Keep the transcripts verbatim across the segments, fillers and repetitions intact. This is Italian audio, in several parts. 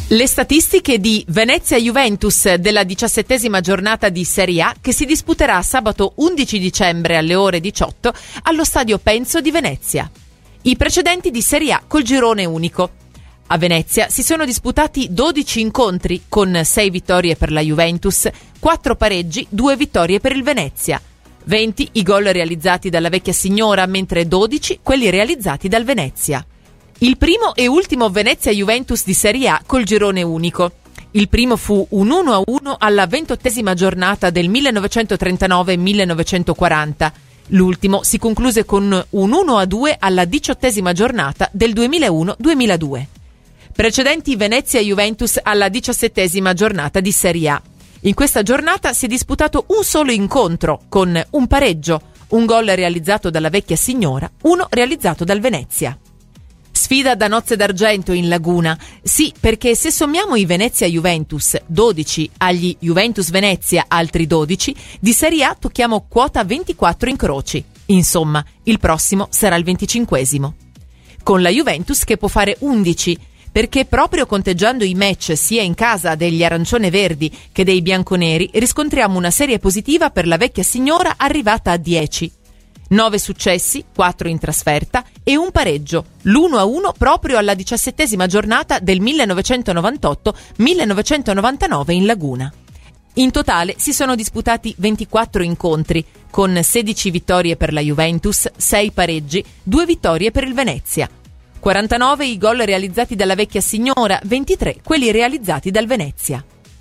Le statistiche di Venezia-Juventus della diciassettesima giornata di Serie A che si disputerà sabato undici dicembre alle ore diciotto allo stadio Penso di Venezia. I precedenti di Serie A col girone unico. A Venezia si sono disputati dodici incontri con sei vittorie per la Juventus, quattro pareggi, due vittorie per il Venezia. venti i gol realizzati dalla vecchia signora, mentre dodici quelli realizzati dal Venezia. Il primo e ultimo Venezia-Juventus di Serie A col girone unico. Il primo fu un uno a uno alla ventottesima giornata del millenovecentotrentanove millenovecentoquaranta. L'ultimo si concluse con un uno a due alla diciottesima giornata del duemilauno duemiladue. Precedenti Venezia-Juventus alla diciassettesima giornata di Serie A. In questa giornata si è disputato un solo incontro con un pareggio, un gol realizzato dalla vecchia signora, uno realizzato dal Venezia. Sfida da nozze d'argento in Laguna. Sì, perché se sommiamo i Venezia-Juventus dodici agli Juventus-Venezia altri dodici, di Serie A tocchiamo quota ventiquattro incroci. Insomma, il prossimo sarà il venticinquesimo. Con la Juventus che può fare undici, perché proprio conteggiando i match sia in casa degli arancione-verdi che dei bianconeri riscontriamo una serie positiva per la vecchia signora arrivata a dieci. nove successi, quattro in trasferta e un pareggio, l'uno a uno proprio alla diciassettesima giornata del millenovecentonovantotto millenovecentonovantanove in Laguna. In totale si sono disputati ventiquattro incontri, con sedici vittorie per la Juventus, sei pareggi, due vittorie per il Venezia. quarantanove i gol realizzati dalla vecchia signora, ventitré quelli realizzati dal Venezia.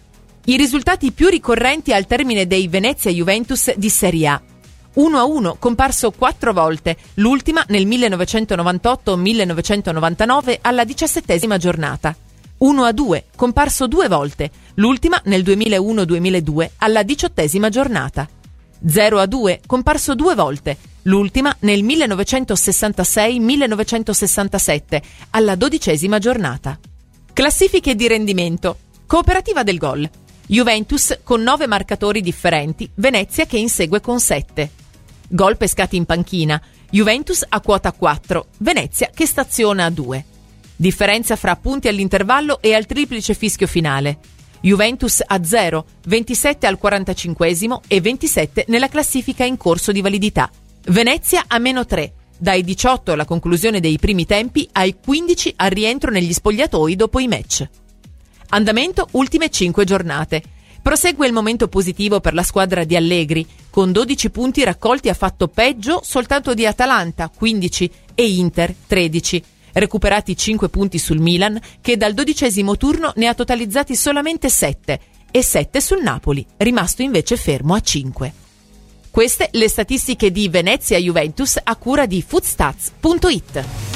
I risultati più ricorrenti al termine dei Venezia-Juventus di Serie A. uno a uno, comparso quattro volte, l'ultima nel millenovecentonovantotto millenovecentonovantanove alla diciassettesima giornata. uno a due, comparso due volte, l'ultima nel duemilauno duemiladue alla diciottesima giornata. zero a due, comparso due volte, l'ultima nel millenovecentosessantasei millenovecentosessantasette alla dodicesima giornata. Classifiche di rendimento. Cooperativa del gol. Juventus con nove marcatori differenti, Venezia che insegue con sette. Gol pescati in panchina, Juventus a quota quattro, Venezia che staziona a due. Differenza fra punti all'intervallo e al triplice fischio finale. Juventus a zero, ventisette al quarantacinquesimo e ventisette nella classifica in corso di validità. Venezia a meno tre, dai diciotto alla conclusione dei primi tempi ai quindici al rientro negli spogliatoi dopo i match. Andamento ultime cinque giornate. Prosegue il momento positivo per la squadra di Allegri, con dodici punti raccolti ha fatto peggio soltanto di Atalanta, quindici, e Inter, tredici. Recuperati cinque punti sul Milan, che dal dodicesimo turno ne ha totalizzati solamente sette, e sette sul Napoli, rimasto invece fermo a cinque. Queste le statistiche di Venezia-Juventus a cura di foodstats punto it.